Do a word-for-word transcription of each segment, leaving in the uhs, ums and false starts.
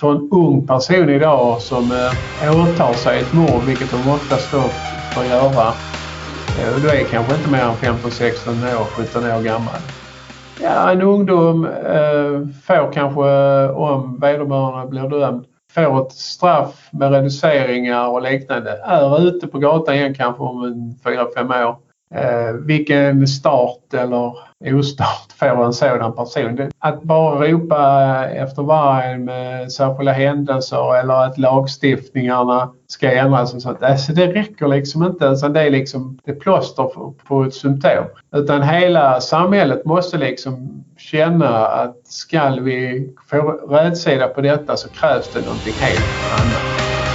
för en ung person idag som eh, åtar sig ett mord, vilket de oftast då får göra. Eh, och då är kanske inte mer än femton, sexton år, sjutton år gammal. Ja, en ungdom eh, får kanske, om vederbörande blir dömd, får ett straff med reduceringar och liknande. Är ute på gatan igen kanske om en fyra fem år. Eh, vilken start eller ostart får en sådan person? Det, att bara ropa efter vargen med särskilda händelser eller att lagstiftningarna ska ändras och sånt. Alltså det räcker liksom inte. Alltså det är liksom det plåster på ett symptom. Utan hela samhället måste liksom känna att ska vi få rätsida på detta så krävs det någonting helt annat.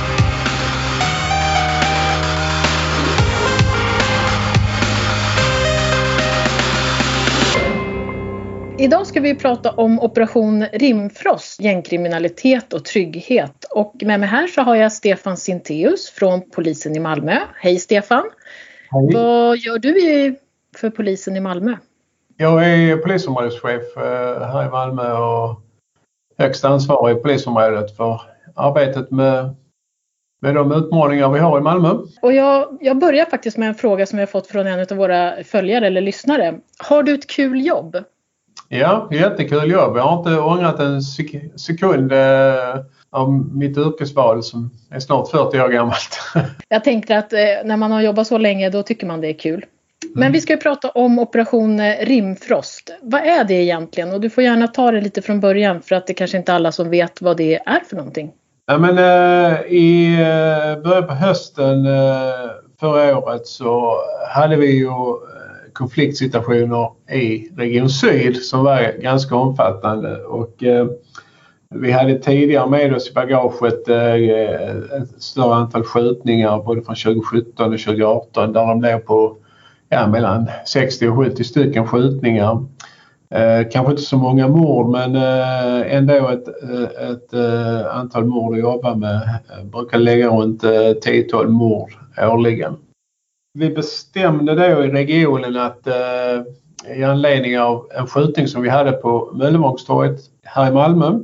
Idag ska vi prata om Operation Rimfrost, gängkriminalitet och trygghet. Och med mig här så har jag Stefan Sintéus från polisen i Malmö. Hej Stefan! Hej. Vad gör du för polisen i Malmö? Jag är polisområdeschef här i Malmö och högst ansvarig i polisområdet för arbetet med, med de utmaningar vi har i Malmö. Och jag, jag börjar faktiskt med en fråga som jag har fått från en av våra följare eller lyssnare. Har du ett kul jobb? Ja, jättekul jobb. Jag har inte ångrat en sek- sekund eh, av mitt yrkesval som är snart fyrtio år gammalt. Jag tänkte att eh, när man har jobbat så länge då tycker man det är kul. Mm. Men vi ska ju prata om Operation Rimfrost. Vad är det egentligen? Och du får gärna ta det lite från början för att det kanske inte alla som vet vad det är för någonting. Ja, men eh, i eh, början på hösten eh, förra året så hade vi ju konfliktsituationer i Region Syd som var ganska omfattande och eh, vi hade tidigare med oss i bagaget eh, ett större antal skjutningar både från tjugo sjutton och tjugo arton där de blev på ja, mellan sextio och sjuttio stycken skjutningar. Eh, kanske inte så många mord men eh, ändå ett, ett, ett antal mord att jobba med. Jag brukar lägga runt eh, tio till tolv mord årligen. Vi bestämde då i regionen att eh, i anledning av en skjutning som vi hade på Möllevångstorget här i Malmö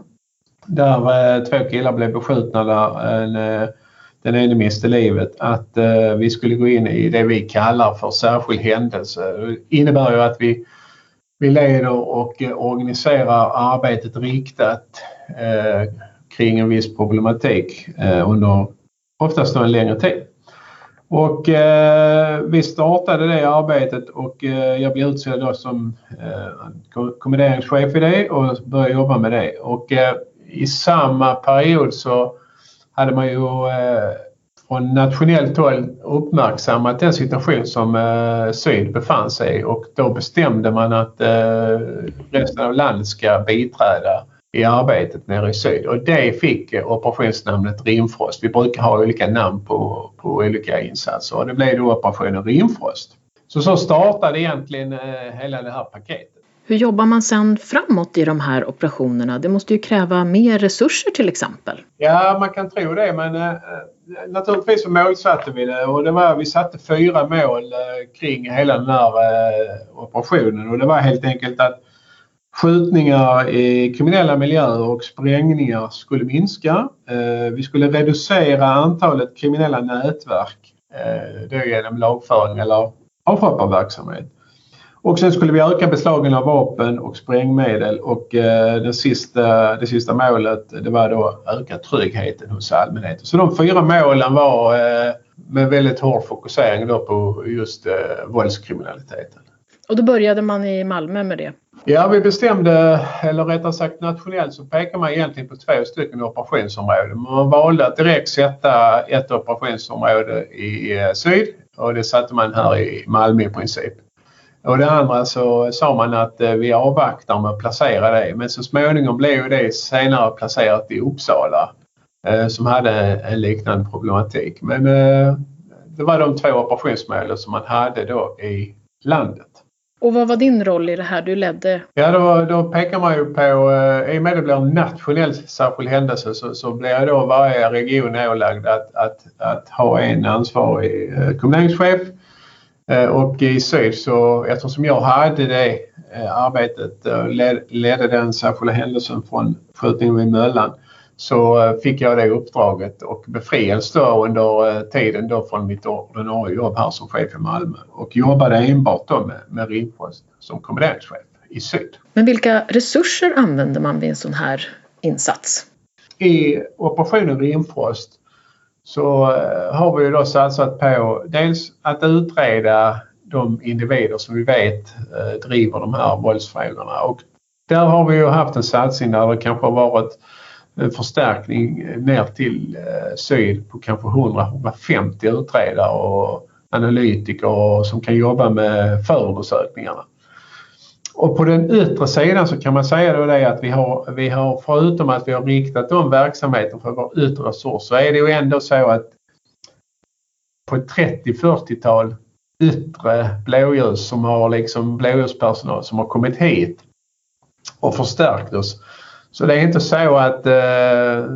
där eh, två killar blev beskjutna där en, eh, den ene miste livet att eh, vi skulle gå in i det vi kallar för särskild händelse. Det innebär ju att vi, vi leder och eh, organiserar arbetet riktat eh, kring en viss problematik eh, under oftast en längre tid. Och eh, vi startade det arbetet och eh, jag blev utsedd då som eh, kommenderingschef i det och började jobba med det. Och eh, i samma period så hade man ju eh, från nationellt håll uppmärksammat den situation som eh, Syd befann sig i och då bestämde man att eh, resten av landet ska biträda i arbetet nere i Syd. Och det fick operationsnamnet Rimfrost. Vi brukar ha olika namn på, på olika insatser och det blev då operationen Rimfrost. Så så startade egentligen eh, hela det här paketet. Hur jobbar man sen framåt i de här operationerna? Det måste ju kräva mer resurser till exempel. Ja, man kan tro det men eh, naturligtvis så målsatte vi det och det var, vi satte fyra mål eh, kring hela den här eh, operationen och det var helt enkelt att skjutningar i kriminella miljöer och sprängningar skulle minska. Vi skulle reducera antalet kriminella nätverk då genom lagföring eller avhopparverksamhet. Och sen skulle vi öka beslagen av vapen och sprängmedel och det sista, det sista målet det var då öka tryggheten hos allmänheten. Så de fyra målen var med väldigt hård fokusering då på just våldskriminaliteten. Och då började man i Malmö med det? Ja, vi bestämde, eller rättare sagt nationellt så pekar man egentligen på två stycken operationsområden. Man valde att direkt sätta ett operationsområde i Syd och det satte man här i Malmö i princip. Och det andra så sa man att vi avvaktar med att placera det. Men så småningom blev ju det senare placerat i Uppsala som hade en liknande problematik. Men det var de två operationsmålen som man hade då i landet. Och vad var din roll i det här du ledde? Ja, då, då pekar man ju på, i och med det blir en nationell särskild händelse så, så blir då varje region ålagd att, att, att ha en ansvarig eh, kommenderingschef. Eh, och i Syd så, eftersom jag hade det eh, arbetet och led, ledde den särskilda händelsen från skjutningen vid Möllan så fick jag det uppdraget och befrielse då under tiden då från mitt ordinarie jobb här som chef i Malmö och jobbade enbart då med, med Rimfrost som kommenderingschef i syd. Men vilka resurser använder man vid en sån här insats? I operationen Rimfrost så har vi ju då satsat på dels att utreda de individer som vi vet driver de här våldsfrågorna och där har vi ju haft en satsning där det kanske har varit en förstärkning ner till eh, syd på kanske hundra till hundrafemtio utredare och analytiker som kan jobba med förundersökningarna. Och på den yttre sidan så kan man säga då det att vi har, vi har förutom att vi har riktat om verksamheten för vår yttre resurs så är det ju ändå så att på ett trettio till fyrtiotal yttre blåljus som har liksom blåljuspersonal som har kommit hit och förstärkt oss. Så det är inte så att eh,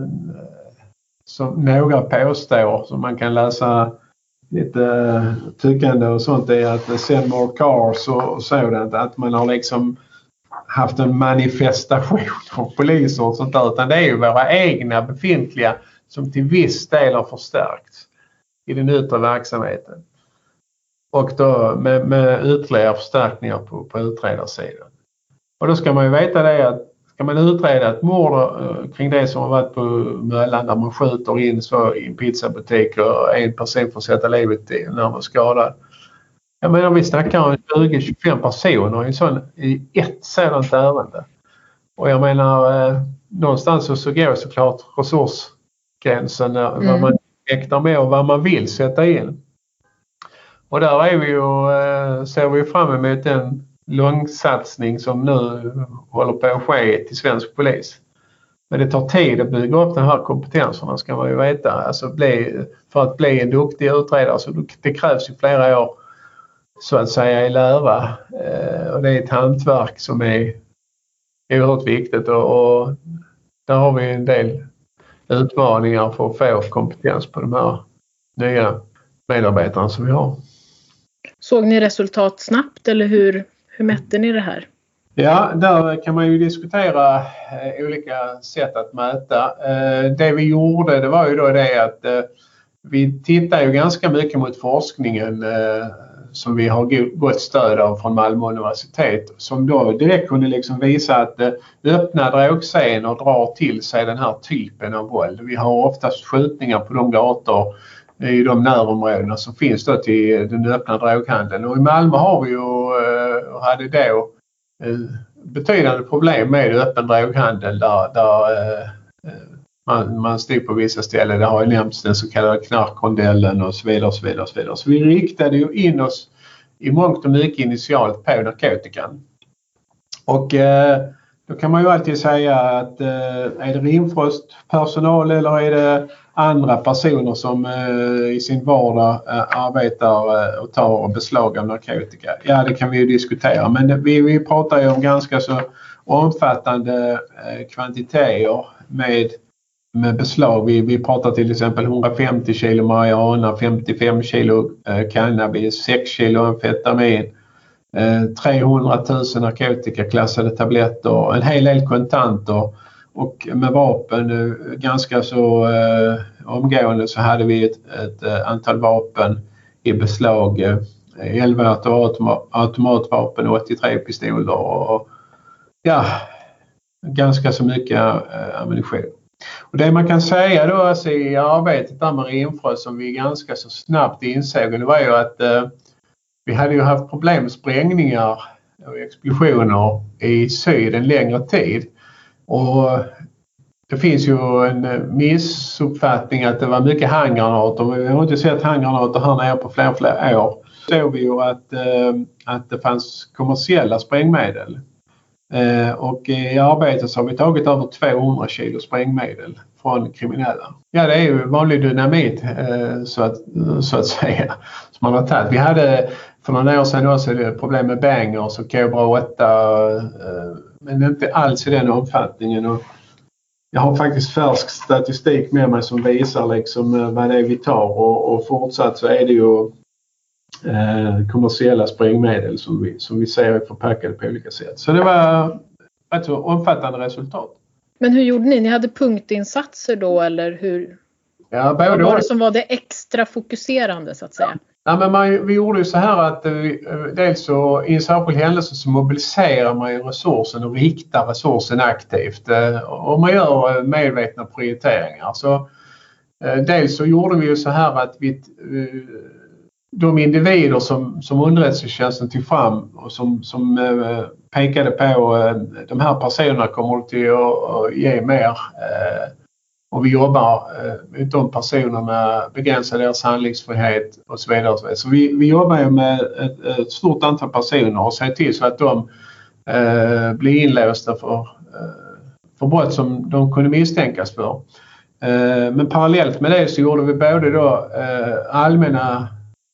som några påstår som man kan läsa lite eh, tyckande och sånt är att send more cars och sådant att man har liksom haft en manifestation av poliser och sånt där utan det är ju våra egna befintliga som till viss del har förstärkts i den yttre verksamheten. Och då med, med ytterligare förstärkningar på, på utredarsidan. Och då ska man ju veta det att ska man utreda ett mord uh, kring det som har varit på Möllan där man skjuter in så i en pizzabutik och en person får sätta livet till när man skadad. Jag menar vi snackar om tjugo till tjugofem personer i, en sån, i ett sådant ärende. Och jag menar uh, någonstans så, så går såklart resursgränsen uh, mm. vad man äktar med och vad man vill sätta in. Och där är vi ju, uh, ser vi fram emot en långsatsning som nu håller på att ske till svensk polis. Men det tar tid att bygga upp de här kompetenserna ska man ju veta. Alltså bli, för att bli en duktig utredare så det krävs ju flera år så att säga i lära. Eh, och det är ett hantverk som är oerhört viktigt och, och där har vi en del utmaningar för att få kompetens på de här nya medarbetarna som vi har. Såg ni resultat snabbt eller hur? Hur mätte ni det här? Ja, där kan man ju diskutera eh, olika sätt att mäta. Eh, det vi gjorde det var ju då det att eh, vi tittar ju ganska mycket mot forskningen eh, som vi har go- gott stöd av från Malmö universitet som då direkt kunde liksom visa att eh, öppna drogscener drar till sig den här typen av våld. Vi har oftast skjutningar på de gator i de närområdena som finns då till den öppna droghandeln. Och i Malmö har vi ju och hade då betydande problem med öppen droghandel där, där man, man stod på vissa ställen. Det har ju nämnts den så kallade knarkrondellen och så vidare och så vidare och så vidare. Så vi riktade ju in oss i mångt och mycket initialt på narkotikan. Och då kan man ju alltid säga att är det Rimfrost personal eller är det andra personer som eh, i sin vardag eh, arbetar eh, och tar beslag av narkotika. Ja, det kan vi ju diskutera. Men det, vi, vi pratar ju om ganska så omfattande eh, kvantiteter med, med beslag. Vi, vi pratar till exempel hundrafemtio kilo marijuana, femtiofem kilo eh, cannabis, sex kilo amfetamin, eh, trehundratusen narkotikaklassade tabletter, en hel del kontanter. Och med vapen ganska så eh, omgående så hade vi ett, ett eh, antal vapen i beslag. Eh, elva automa- automatvapen och åttiotre pistoler och ja, ganska så mycket eh, ammunition. Och det man kan säga då alltså, i arbetet där med Rimfrost som vi ganska så snabbt insåg det var ju att eh, vi hade ju haft problem med sprängningar och explosioner i syd en längre tid. Och det finns ju en missuppfattning att det var mycket handgranater. Men vi har inte sett handgranater här nere på flera, flera år. Så såg vi ju att, att det fanns kommersiella sprängmedel. Och i arbetet så har vi tagit över tvåhundra kilo sprängmedel från kriminella. Ja, det är ju vanlig dynamit så att, så att säga som man har tagit. Vi hade för några år sedan också problem med bangers och Cobra åtta men inte alls i den omfattningen. Och jag har faktiskt färsk statistik med mig som visar liksom vad det är vi tar och, och fortsatt så är det ju eh, kommersiella sprängmedel som vi, som vi ser är förpackade på olika sätt. Så det var ett så omfattande resultat. Men hur gjorde ni? Ni hade punktinsatser då eller hur? Ja, både Vad var det som var det extra fokuserande så att säga? Ja, men man, vi gjorde ju så här att vi, dels så i en särskild händelse så mobiliserar man ju resursen och riktar resursen aktivt. Och man gör medvetna prioriteringar. Så dels så gjorde vi ju så här att vi, de individer som, som underrättelsetjänsten tog fram och som, som pekade på de här personerna kommer till att ge mer. Och vi jobbar med de personerna, begränsar deras handlingsfrihet och så vidare. Så vi, vi jobbar ju med ett, ett stort antal personer och ser till så att de eh, blir inlåsta för, eh, för brott som de kunde misstänkas för. Eh, men parallellt med det så gjorde vi både då eh, allmänna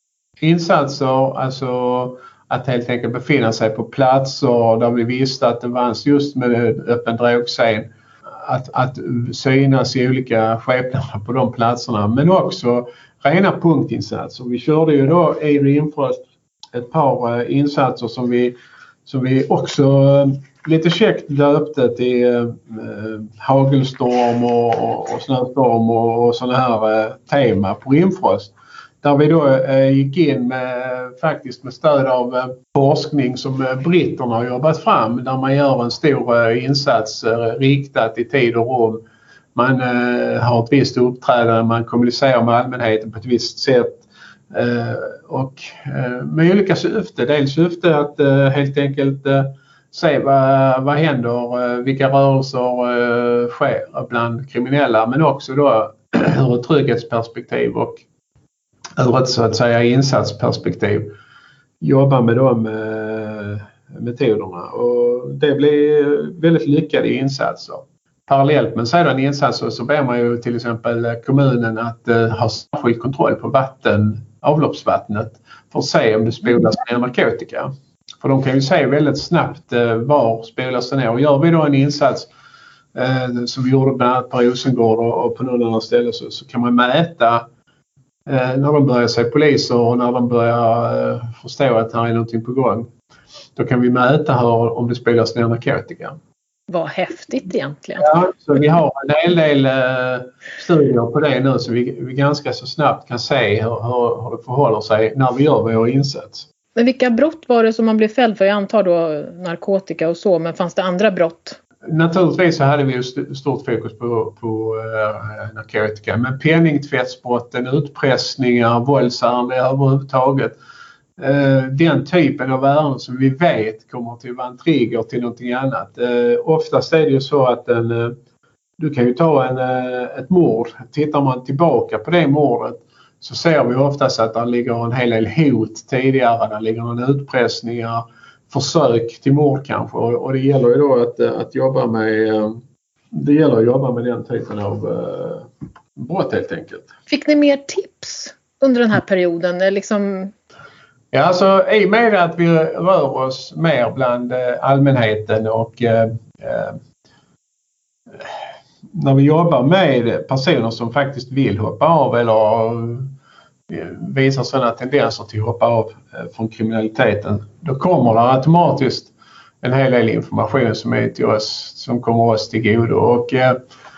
insatser, alltså att helt enkelt befinna sig på platser där vi visste att det fanns just med öppen drogscen. Att, att synas i olika skepnader på de platserna, men också rena punktinsatser. Vi körde ju då i Rimfrost ett par uh, insatser som vi, som vi också uh, lite käckt döpte till uh, hagelstorm och, och, och snöstorm och, och sådana här uh, tema på Rimfrost. Där vi då eh, gick in med, faktiskt med stöd av eh, forskning som eh, britterna har jobbat fram. Där man gör en stor eh, insats eh, riktat i tid och rum. Man eh, har ett visst uppträdande, man kommunicerar med allmänheten på ett visst sätt. Eh, och eh, med olika syfte. Dels syfte att eh, helt enkelt eh, se vad, vad händer, eh, vilka rörelser eh, sker bland kriminella. Men också då ur ett trygghetsperspektiv och ur ett så att säga insatsperspektiv jobba med de eh, metoderna och det blir väldigt lyckade insatser. Parallellt med sådan insatser så ber man ju till exempel kommunen att eh, ha särskild kontroll på vatten, avloppsvattnet för att se om det spolas ner narkotika. För de kan ju se väldigt snabbt eh, var spolas det ner och gör vi då en insats eh, som vi gjorde bland annat på Rosengård och, och på några andra ställen så, så kan man mäta Eh, när de börjar se poliser och när de börjar eh, förstå att här är någonting på gång. Då kan vi mäta här om det spelas ner narkotika. Vad häftigt egentligen. Ja, så vi har en hel del eh, studier på det nu så vi, vi ganska så snabbt kan se hur, hur, hur det förhåller sig när vi gör vår insats. Men vilka brott var det som man blev fälld för? Jag antar då narkotika och så, men fanns det andra brott? Naturligtvis så hade vi ju stort fokus på, på äh, narkotika. Men penningtvättsbrotten, utpressningar, våldsärenden överhuvudtaget. Äh, den typen av ärenden som vi vet kommer till att vara en trigger till någonting annat. Äh, oftast är det ju så att en, äh, du kan ju ta en, äh, ett mord. Tittar man tillbaka på det mordet så ser vi oftast att det ligger en hel del hot tidigare. Det ligger en utpressningar. Försök till mord kanske och det gäller ju då att, att jobba med det gäller att jobba med den typen av uh, brott helt enkelt. Fick ni mer tips under den här perioden? Liksom... Ja, alltså i och med att vi rör oss mer bland uh, allmänheten och uh, uh, när vi jobbar med personer som faktiskt vill hoppa av eller uh, visar sådana tendenser till att hoppa av från kriminaliteten, då kommer det automatiskt en hel del information som är till oss, som kommer oss till godo. Och eh,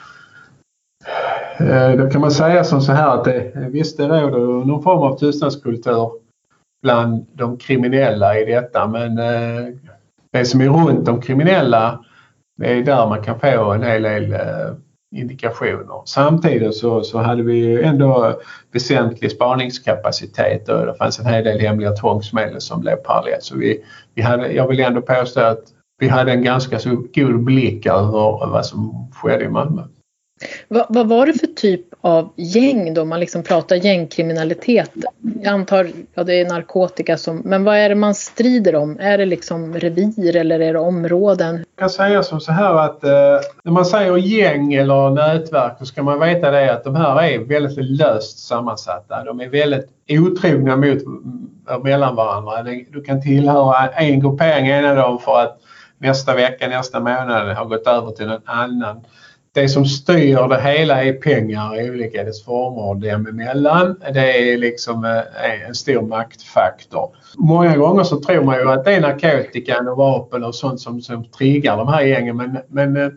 då kan man säga som så här att det, visst det råder någon form av tystnadskultur bland de kriminella i detta, men eh, det som är runt de kriminella, det är där man kan få en hel del eh, indikationer. Samtidigt så, så hade vi ändå väsentlig spaningskapacitet och det fanns en hel del hemliga tvångsmedel som blev parallellt. Så vi, vi hade, jag vill ändå påstå att vi hade en ganska så god blick över vad som skedde i Malmö. Va, vad var det för typ av gäng då? Man liksom pratar gängkriminalitet. Jag antar, ja det är narkotika som, men vad är det man strider om? Är det liksom revir eller är det områden? Jag kan säga som så här att eh, när man säger gäng eller nätverk så ska man veta det att de här är väldigt löst sammansatta. De är väldigt otrogna mot mellan varandra. Du kan tillhöra en gruppering ena dagen för att nästa vecka, nästa månad har gått över till en annan. Det som styr det hela är pengar i olika dess former och dem emellan. Det är liksom en stor maktfaktor. Många gånger så tror man ju att det är narkotikan och vapen och sånt som, som triggar de här gängen. Men, men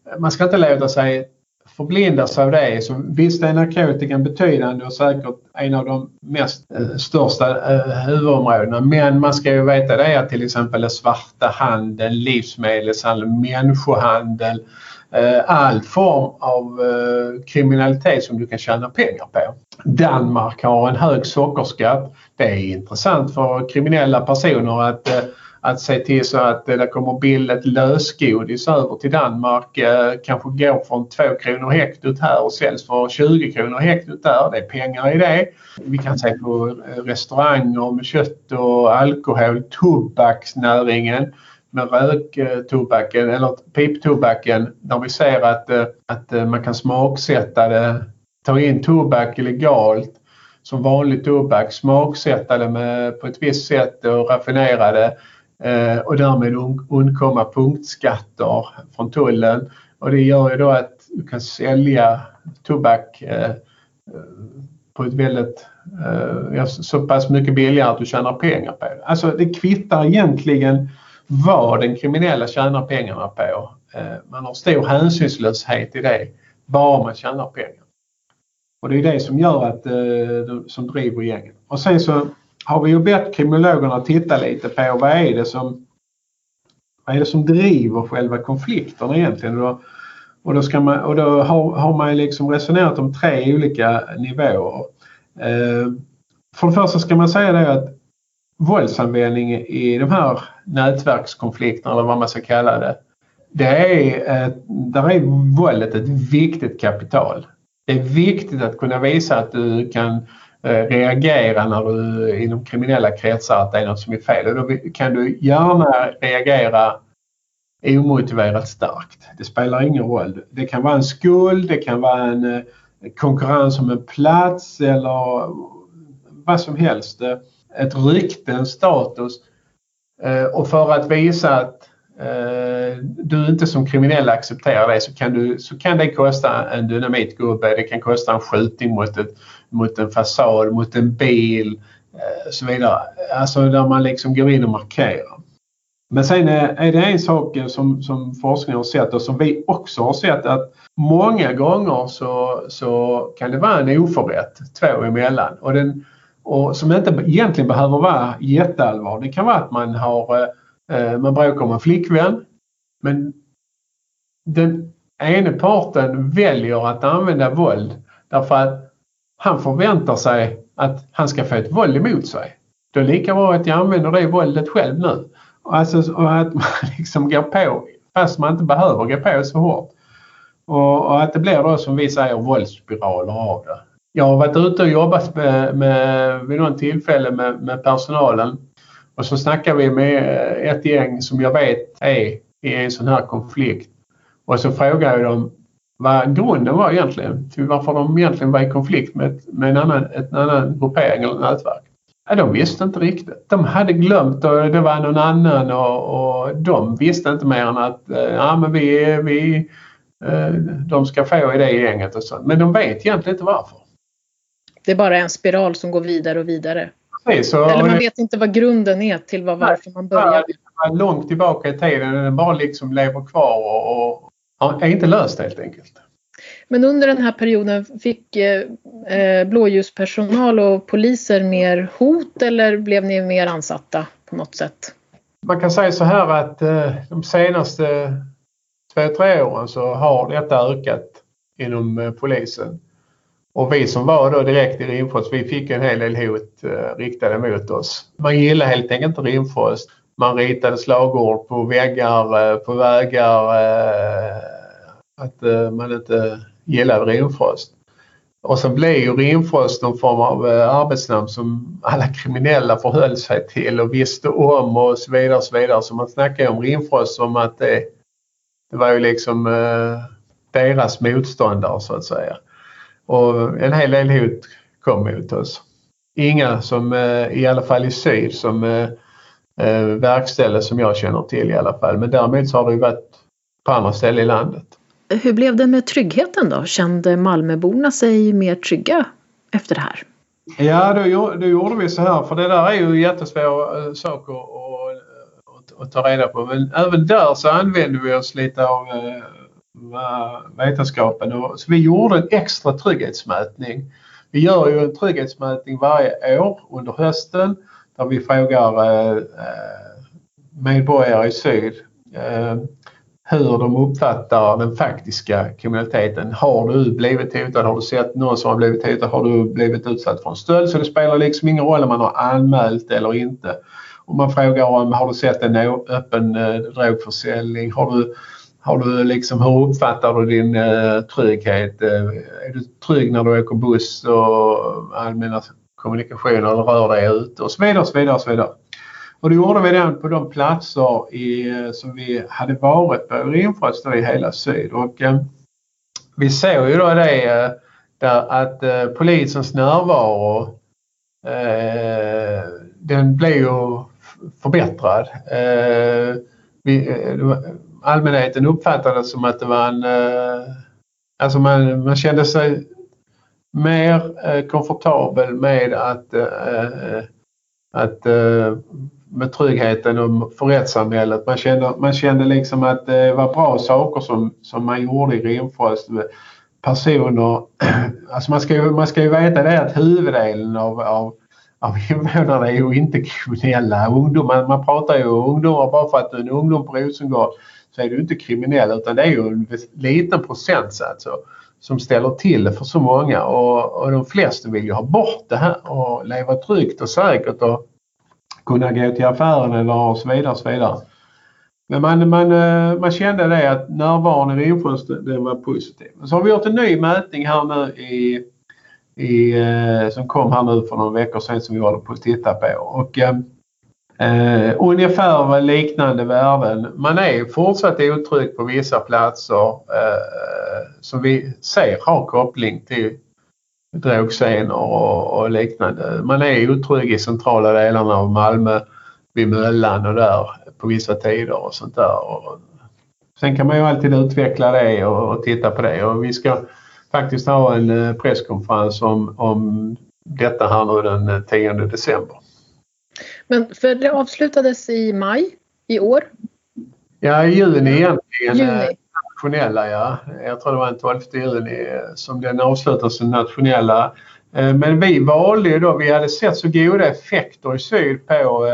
man ska inte låta sig förblindas av det. Så visst är narkotikan betydande och säkert en av de mest eh, största eh, huvudområdena. Men man ska ju veta det att till exempel är svarta handel, livsmedelshandel, människohandel, eh, all form av eh, kriminalitet som du kan tjäna pengar på. Danmark har en hög sockerskatt. Det är intressant för kriminella personer att eh, Att se till så att det kommer billigt lösgodis över till Danmark. Eh, kanske går från två kronor hektot här och säljs för tjugo kronor hektot där. Det är pengar i det. Vi kan se på restauranger med kött och alkohol, tobaksnäringen med röktobaken eller piptobaken. Där vi ser att, att man kan smaksätta det, ta in tobak illegalt som vanlig tobak, smaksätta det med, på ett visst sätt och raffinera det. Eh, och därmed undkomma punktskatter från tullen. Och det gör ju då att du kan sälja tobak eh, på ett väldigt eh, så pass mycket billigare att du tjänar pengar på det. Alltså det kvittar egentligen vad den kriminella tjänar pengarna på. Eh, man har stor hänsynslöshet i det, bara man tjänar pengar. Och det är det som gör att eh, som driver gängen. Och sen så har vi ju bett kriminologerna titta lite på vad är det som, vad är det som driver själva konflikterna egentligen. Och då, och då, ska man, och då har, har man liksom resonerat om tre olika nivåer. Eh, för det första ska man säga det att våldsanvändning i de här nätverkskonflikterna eller vad man ska kalla det. Det är, där är våldet ett viktigt kapital. Det är viktigt att kunna visa att du kan reagera när du inom kriminella kretsar att det är något som är fel. Och då kan du gärna reagera omotiverat starkt. Det spelar ingen roll. Det kan vara en skuld, det kan vara en konkurrens om en plats eller vad som helst. Ett rykte, en status. Och för att visa att du inte som kriminell accepterar det så kan, du, så kan det kosta en dynamitgubbe, det kan kosta en skjutning mot, ett, mot en fasad, mot en bil och så vidare. Alltså där man liksom går in och markerar. Men sen är, är det en sak som, som forskningen har sett och som vi också har sett att många gånger så, så kan det vara en oförrätt två emellan. Och, den, och som inte egentligen behöver vara jätteallvarlig. Det kan vara att man har man bråkar om en flickvän men den ena parten väljer att använda våld därför att han förväntar sig att han ska få ett våld emot sig. Då är det lika bra att jag använder det våldet själv nu. Alltså och att man liksom går på fast man inte behöver gå på så hårt. Och, och att det blir då som vi säger våldsspiraler av det. Jag har varit ute och jobbat med, med, vid någon tillfälle med, med personalen. Och så snackar vi med ett gäng som jag vet är i en sån här konflikt. Och så frågar jag dem vad grunden var egentligen. Till varför de egentligen var i konflikt med, med en annan, ett annan gruppering eller nätverk. Ja, de visste inte riktigt. De hade glömt och det var någon annan och, och de visste inte mer än att ja, men vi, vi, de ska få i det gänget och sånt. Men de vet egentligen inte varför. Det är bara en spiral som går vidare och vidare. Så, eller man vet inte vad grunden är till vad, varför man börjar. Långt tillbaka i tiden den bara liksom lever kvar och, och, och är inte löst helt enkelt. Men under den här perioden fick eh, blåljuspersonal och poliser mer hot eller blev ni mer ansatta på något sätt? Man kan säga så här att eh, de senaste två, tre åren så har detta ökat inom eh, polisen. Och vi som var då direkt i Rimfrost, vi fick en hel del hot eh, riktade mot oss. Man gillade helt enkelt inte Rimfrost. Man ritade slagord på väggar, eh, på vägar. Eh, att eh, man inte gillade Rimfrost. Och så blev ju Rimfrost någon form av eh, arbetsnamn som alla kriminella förhöll sig till och visste om och så vidare och så vidare. Så man snackade om Rimfrost som att det, det var ju liksom eh, deras motståndare så att säga. Och en hel del hot kom mot oss. Inga som, i alla fall i syd, som verkställer som jag känner till i alla fall. Men därmed så har det ju varit på andra ställen i landet. Hur blev det med tryggheten då? Kände Malmöborna sig mer trygga efter det här? Ja, då, då gjorde vi så här. För det där är ju jättesvåra saker att, att, att ta reda på. Men även där så använder vi oss lite av vetenskapen. Och, så vi gjorde en extra trygghetsmätning. Vi gör ju en trygghetsmätning varje år under hösten där vi frågar eh, medborgare i syd eh, hur de uppfattar den faktiska kriminaliteten. Har du blivit hotad? Har du sett någon som har blivit hotad? Har du blivit utsatt för en stöld? Så det spelar liksom ingen roll om man har anmält eller inte. Och man frågar om har du sett en öppen eh, drogförsäljning? Har du, har du liksom, hur uppfattar du din eh, trygghet? Eh, är du trygg när du åker buss och allmänna kommunikationer eller rör dig ut? Och så vidare, och så vidare, och så vidare. Och då gjorde vi den på de platser i, som vi hade varit på Rimfrost i hela syd. Och eh, vi såg ju då det eh, där att eh, polisens närvaro eh, den blev ju förbättrad. Eh, vi, eh, allmänheten uppfattade det som att det var en... Eh, alltså man, man kände sig mer eh, komfortabel med att... Eh, att eh, med tryggheten och för rättssamhället. Man kände, man kände liksom att det var bra saker som, som man gjorde i Rimfrost. Personer, alltså man ska ju, man ska ju veta det att huvuddelen av, av, av invånarna är ju inte kriminella. Ungdomar, man pratar ju om ungdomar, bara för att du är en ungdom på Rosengård så är du inte kriminell, utan det är ju en liten procentsats som ställer till det för så många. Och, och de flesta vill ju ha bort det här och leva tryggt och säkert och kunna gå till affären eller så vidare och så vidare. Men man, man, man kände det att närvaron i Rimfrost det var positiv. Så har vi gjort en ny mätning här nu i, i, som kom här nu för några veckor sedan som vi håller på att titta på. Och eh, ungefär liknande värden. Man är fortsatt otrygg på vissa platser eh, som vi ser har koppling till drogscener och, och liknande. Man är otrygg i centrala delarna av Malmö, vid Möllan och där på vissa tider och sånt där. Och sen kan man ju alltid utveckla det och, och titta på det. Och vi ska faktiskt ha en presskonferens om, om detta här nu den tionde december. Men för det avslutades i maj i år? Ja, i juni egentligen. Juni. Nationella, ja. Jag tror det var den tolfte juni som den avslutades, den nationella. Men vi valde ju då, vi hade sett så goda effekter i syd på,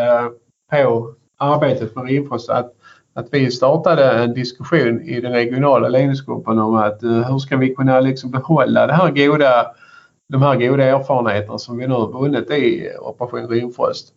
på arbetet med Rimfrost att, att vi startade en diskussion i den regionala ledningsgruppen om att hur ska vi kunna liksom behålla det här goda, de här goda erfarenheterna som vi nu har vunnit i Operation Rimfrost.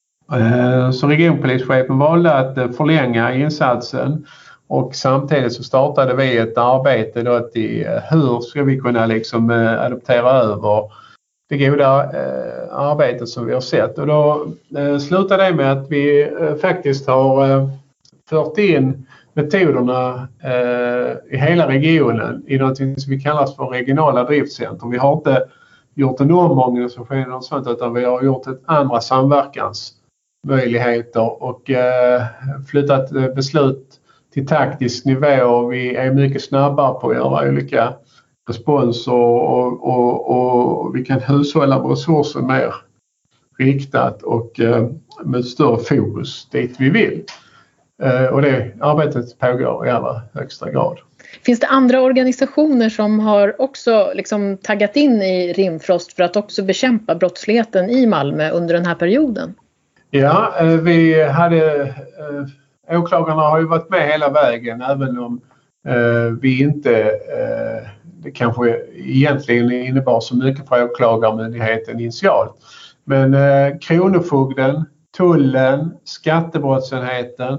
Så regionpolischefen valde att förlänga insatsen. Och samtidigt så startade vi ett arbete då till hur ska vi kunna liksom eh, adoptera över det goda eh, arbetet som vi har sett. Och då eh, slutade det med att vi eh, faktiskt har eh, fört in metoderna eh, i hela regionen i något som vi kallar för regionala driftcenter. Vi har inte gjort en omorganisation och sånt, utan vi har gjort ett andra samverkansmöjligheter och eh, flyttat eh, beslut till taktisk nivå. Vi är mycket snabbare på att göra olika respons och, och, och, och vi kan hushålla med resurser mer riktat och eh, med större fokus dit vi vill. Eh, och det arbetet pågår i allra högsta grad. Finns det andra organisationer som har också liksom taggat in i Rimfrost för att också bekämpa brottsligheten i Malmö under den här perioden? Ja, eh, vi hade... Eh, Åklagarna har ju varit med hela vägen, även om eh, vi inte eh, det kanske egentligen innebar så mycket för åklagarmyndigheten initialt. Men eh, Kronofogden, Tullen, Skattebrottsenheten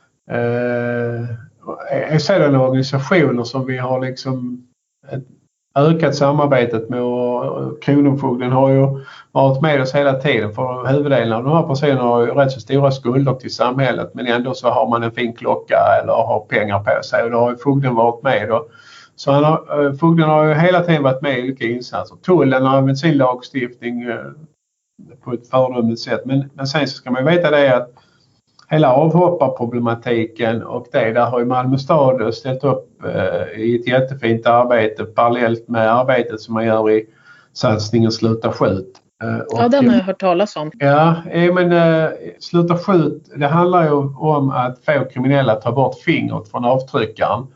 eh, är sådana organisationer som vi har liksom ett ökat samarbetet med, och Kronofogden har ju varit med oss hela tiden, för huvuddelen av de här personerna har ju rätt så stora skulder till samhället, men ändå så har man en fin klocka eller har pengar på sig, och då har ju fogden varit med. Och så han har, fogden har ju hela tiden varit med i olika insatser. Tullen har med sin lagstiftning på ett föredömligt sätt, men, men sen så ska man veta det att hela avhopparproblematiken och det där har ju Malmö stad ställt upp eh, i ett jättefint arbete parallellt med arbetet som man gör i satsningen Sluta skjut. Eh, och, ja, den har jag hört talas om. Ja, men eh, Sluta skjut, det handlar ju om att få kriminella att ta bort fingret från avtryckaren.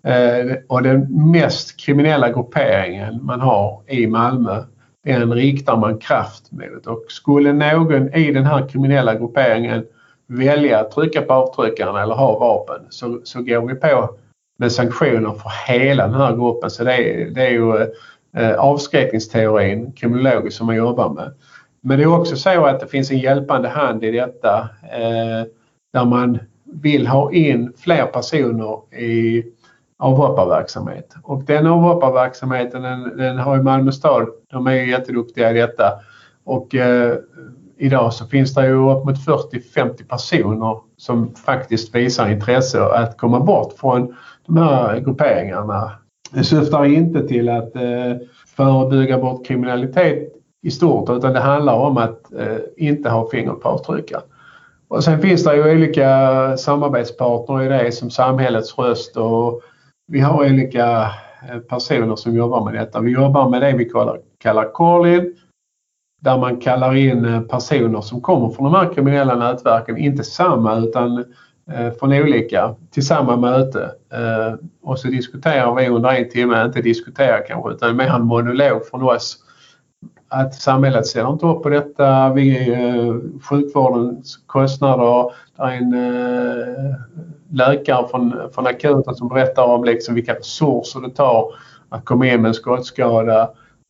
Eh, och den mest kriminella grupperingen man har i Malmö, den riktar man kraft mot. Och skulle någon i den här kriminella grupperingen välja att trycka på avtryckaren eller ha vapen, så, så går vi på med sanktioner för hela den här gruppen. Så det är, det är ju eh, avskräckningsteorin, kriminologiskt, som man jobbar med. Men det är också så att det finns en hjälpande hand i detta eh, där man vill ha in fler personer i avhopparverksamhet. Och den avhopparverksamheten, den, den har ju Malmö stad, de är ju jätteduktiga i detta. Och eh, idag så finns det ju upp mot fyrtio till femtio personer som faktiskt visar intresse att komma bort från de här grupperingarna. Det syftar inte till att eh, förebygga bort kriminalitet i stort, utan det handlar om att eh, inte ha finger på avtryckare. Och sen finns det ju olika samarbetspartner i det, som Samhällets röst, och vi har olika personer som jobbar med detta. Vi jobbar med det vi kallar, kallar call-in, där man kallar in personer som kommer från de här kriminella nätverken, inte samma utan eh, från olika, till samma möte. Eh, och så diskuterar vi under en timme, inte diskutera kanske, utan mer en monolog från oss. Att samhället ser inte upp på detta, vi, eh, sjukvårdens kostnader, det är en eh, läkare från, från akuten som berättar om liksom vilka resurser det tar att komma in med en skottskada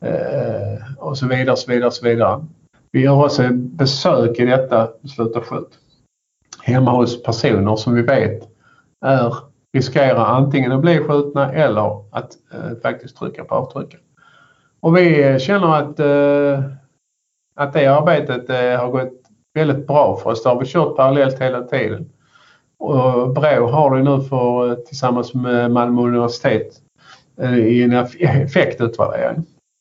eh, och så vidare, så vidare, så vidare. Vi gör också besök i detta Sluta skjut hemma hos personer som vi vet är, riskerar antingen att bli skjutna eller att eh, faktiskt trycka på avtryckare. Och vi känner att, eh, att det arbetet eh, har gått väldigt bra för oss. Det har vi kört parallellt hela tiden. Och Brå har det nu för, tillsammans med Malmö universitet eh, i en effektutvärdering.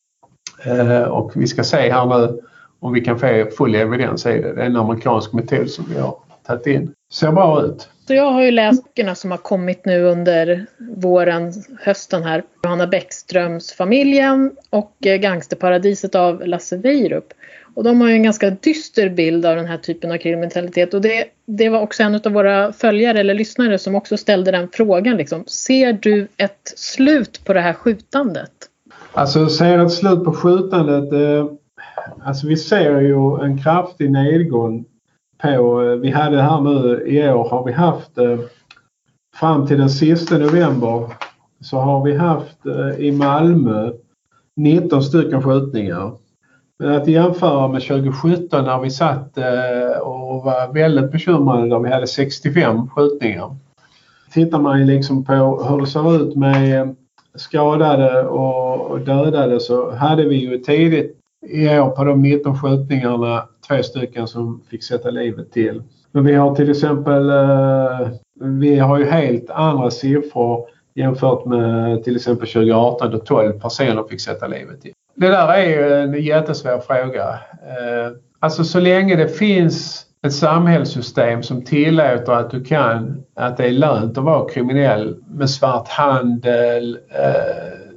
Eh, och vi ska se här nu om vi kan få full evidens i det. Det är en amerikansk metod som vi har tagit in. Ser bra ut. Så jag har ju läst böckerna som har kommit nu under våren, hösten här. Johanna Bäckströms Familjen och Gangsterparadiset av Lasse Weirup. Och de har ju en ganska dyster bild av den här typen av kriminalitet. Och det, det var också en av våra följare eller lyssnare som också ställde den frågan. Liksom, ser du ett slut på det här skjutandet? Alltså ser ett slut på skjutandet? Eh, alltså vi ser ju en kraftig nedgång. På, vi hade här nu i år har vi haft eh, fram till den sista november så har vi haft eh, i Malmö nitton stycken skjutningar. Men att jämföra med tjugo sjutton när vi satt eh, och var väldigt bekymrade där vi hade sextiofem skjutningar. Tittar man liksom på hur det ser ut med skadade och, och dödade, så hade vi ju tidigt i år på de nitton skjutningarna två stycken som fick sätta livet till. Men vi har till exempel, eh, vi har ju helt andra siffror jämfört med till exempel tjugo arton då tolv personer fick sätta livet till. Det där är ju en jättesvår fråga. Eh, alltså så länge det finns ett samhällssystem som tillåter att du kan, att det är lönt att vara kriminell med svart handel, eh,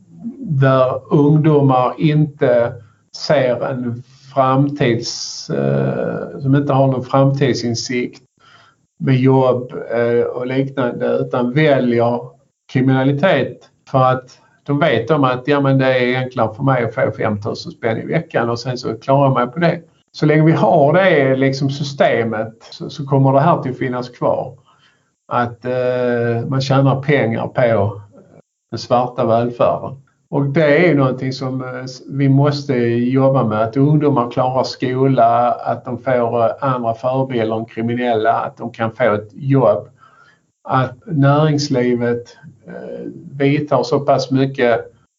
där ungdomar inte ser en framtids, eh, som inte har någon framtidsinsikt med jobb eh, och liknande, utan väljer kriminalitet för att de vet om att ja, men det är enklare för mig att få fem tusen spänn i veckan och sen så klarar jag mig på det. Så länge vi har det liksom systemet så, så kommer det här till att finnas kvar. Att eh, man tjänar pengar på den svarta välfärden. Och det är någonting som vi måste jobba med. Att ungdomar klarar skola, att de får andra förebilder än kriminella, att de kan få ett jobb. Att näringslivet eh, vidtar så pass mycket,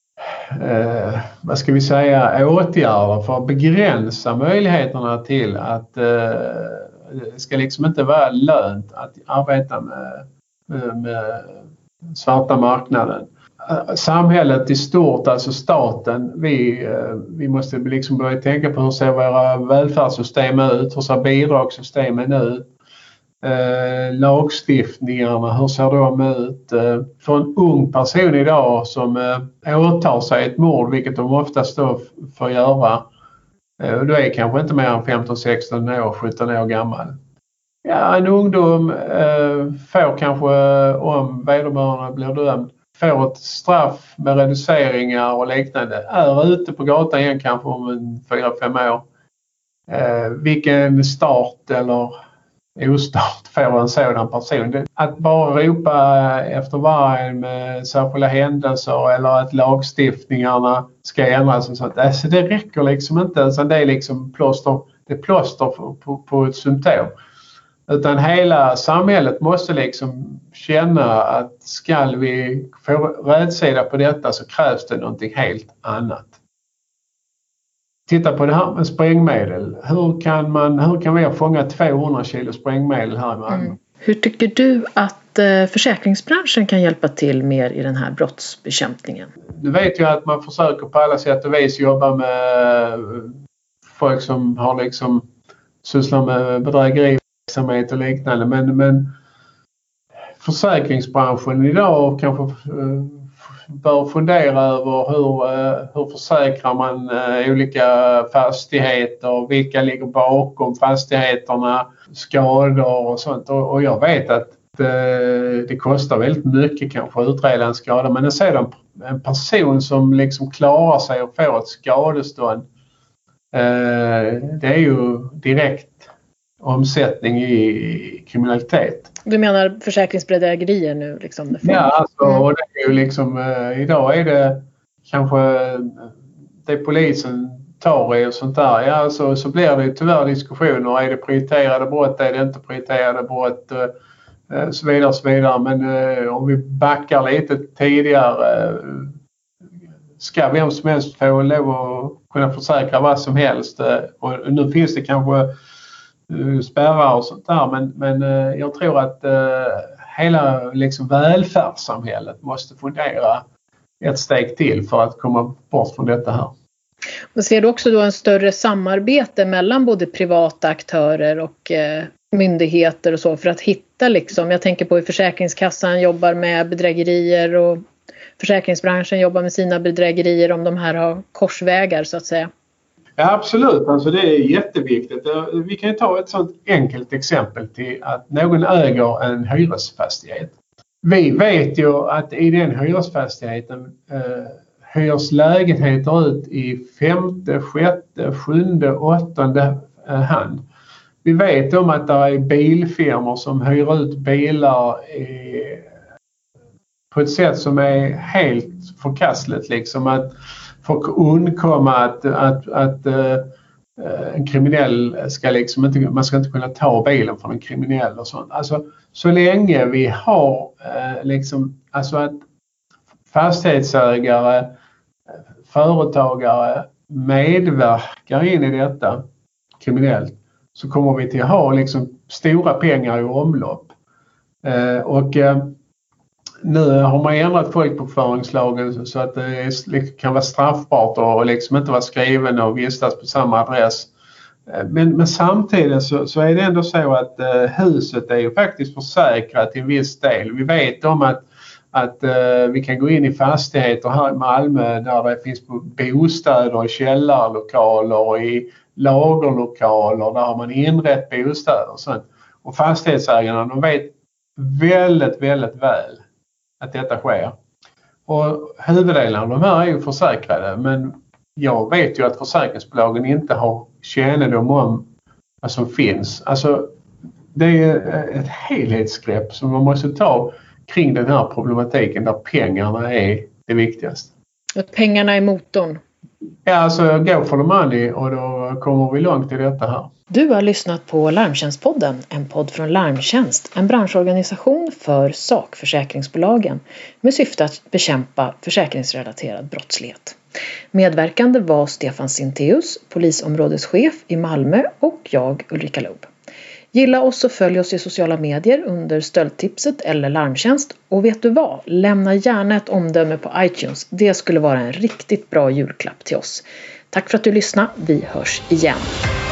eh, vad ska vi säga, åtgärder för att begränsa möjligheterna till att eh, det ska liksom inte vara lönt att arbeta med, med, med svarta marknaden. Samhället i stort, alltså staten, vi, vi måste liksom börja tänka på hur ser våra välfärdssystem ut, hur ser bidragssystemen ut, eh, lagstiftningarna, hur ser de ut? Eh, för en ung person idag som eh, åtar sig ett mord, vilket de oftast då får göra, eh, då är kanske inte mer än femton, sexton år, sjutton år gammal. Ja, en ungdom eh, får kanske, om vederbörande blir dömd, får ett straff med reduceringar och liknande. Är ute på gatan igen kanske om en fyra, fem år. Eh, vilken start eller ostart får en sådan person? Att bara ropa efter varje med särskilda händelser eller att lagstiftningarna ska ändras och sånt. Alltså det räcker liksom inte. Alltså det är liksom plåster, det är plåster på, på, på ett symptom. Utan hela samhället måste liksom känna att ska vi få rätsida på detta så krävs det någonting helt annat. Titta på det här med sprängmedel. Hur kan, man, hur kan vi ha fångat tvåhundra kilo sprängmedel här i Malmö? Mm. Hur tycker du att eh, försäkringsbranschen kan hjälpa till mer i den här brottsbekämpningen? Du vet ju att man försöker på alla sätt och vis jobba med folk som har liksom sysslar med bedrägeriverksamhet och liknande. Men, men försäkringsbranschen idag kanske eh, bör fundera över hur, hur försäkrar man olika fastigheter, vilka ligger bakom fastigheterna, skador och sånt. Och jag vet att det kostar väldigt mycket kanske att utreda en skada, men jag ser en person som liksom klarar sig och får ett skadestånd, det är ju direkt omsättning i kriminalitet. Du menar försäkringsbedrägerier nu? Liksom, ja, alltså, och det är ju liksom, eh, idag är det kanske det polisen tar i och sånt där. Ja, så, så blir det ju tyvärr diskussioner. Är det prioriterade brott? Är det inte prioriterade brott? Eh, så vidare, så vidare. Men eh, om vi backar lite tidigare, eh, ska vem som helst få lov att kunna försäkra vad som helst. Eh, och nu finns det kanske spärrar och sånt där, men, men eh, jag tror att eh, hela liksom välfärdssamhället måste fundera ett steg till för att komma bort från detta här. Och ser du också då en större samarbete mellan både privata aktörer och eh, myndigheter och så för att hitta liksom, jag tänker på hur Försäkringskassan jobbar med bedrägerier och försäkringsbranschen jobbar med sina bedrägerier, om de här har korsvägar så att säga? Ja, absolut. Alltså det är jätteviktigt. Vi kan ju ta ett sådant enkelt exempel till att någon äger en hyresfastighet. Vi vet ju att i den hyresfastigheten eh, hyrs lägenheter ut i femte, sjätte, sjunde, åttonde eh, hand. Vi vet om att det är bilfirmor som hyr ut bilar i, på ett sätt som är helt förkastligt. Liksom att för att undkomma att, att, att uh, en kriminell ska liksom inte, man ska inte kunna ta bilen från en kriminell och sånt. Alltså så länge vi har uh, liksom, alltså att fastighetsägare, företagare medverkar in i detta kriminellt, så kommer vi till att ha liksom stora pengar i omlopp. Uh, och uh, Nu har man ändrat folkbokföringslagen så att det kan vara straffbart och liksom inte vara skriven och vistas på samma adress. Men, men samtidigt så, så är det ändå så att uh, huset är ju faktiskt försäkrat till en viss del. Vi vet om att, att uh, vi kan gå in i fastigheter här i Malmö där det finns bostäder i källarlokaler och i lagerlokaler där har man inrett bostäder och sånt. Och fastighetsägarna, de vet väldigt, väldigt väl att detta sker. Och huvuddelen av de här är ju försäkrade, men jag vet ju att försäkringsbolagen inte har kännedom om vad som finns. Alltså det är ett helhetsgrepp som man måste ta kring den här problematiken där pengarna är det viktigaste. Att pengarna är motorn. Ja, alltså go for the money och då kommer vi långt i detta här. Du har lyssnat på Larmtjänstpodden, en podd från Larmtjänst, en branschorganisation för sakförsäkringsbolagen med syfte att bekämpa försäkringsrelaterad brottslighet. Medverkande var Stefan Sintéus, polisområdeschef i Malmö, och jag, Ulrika Loob. Gilla oss och följ oss i sociala medier under Stöldtipset eller Larmtjänst. Och vet du vad? Lämna gärna ett omdöme på iTunes. Det skulle vara en riktigt bra julklapp till oss. Tack för att du lyssnade. Vi hörs igen.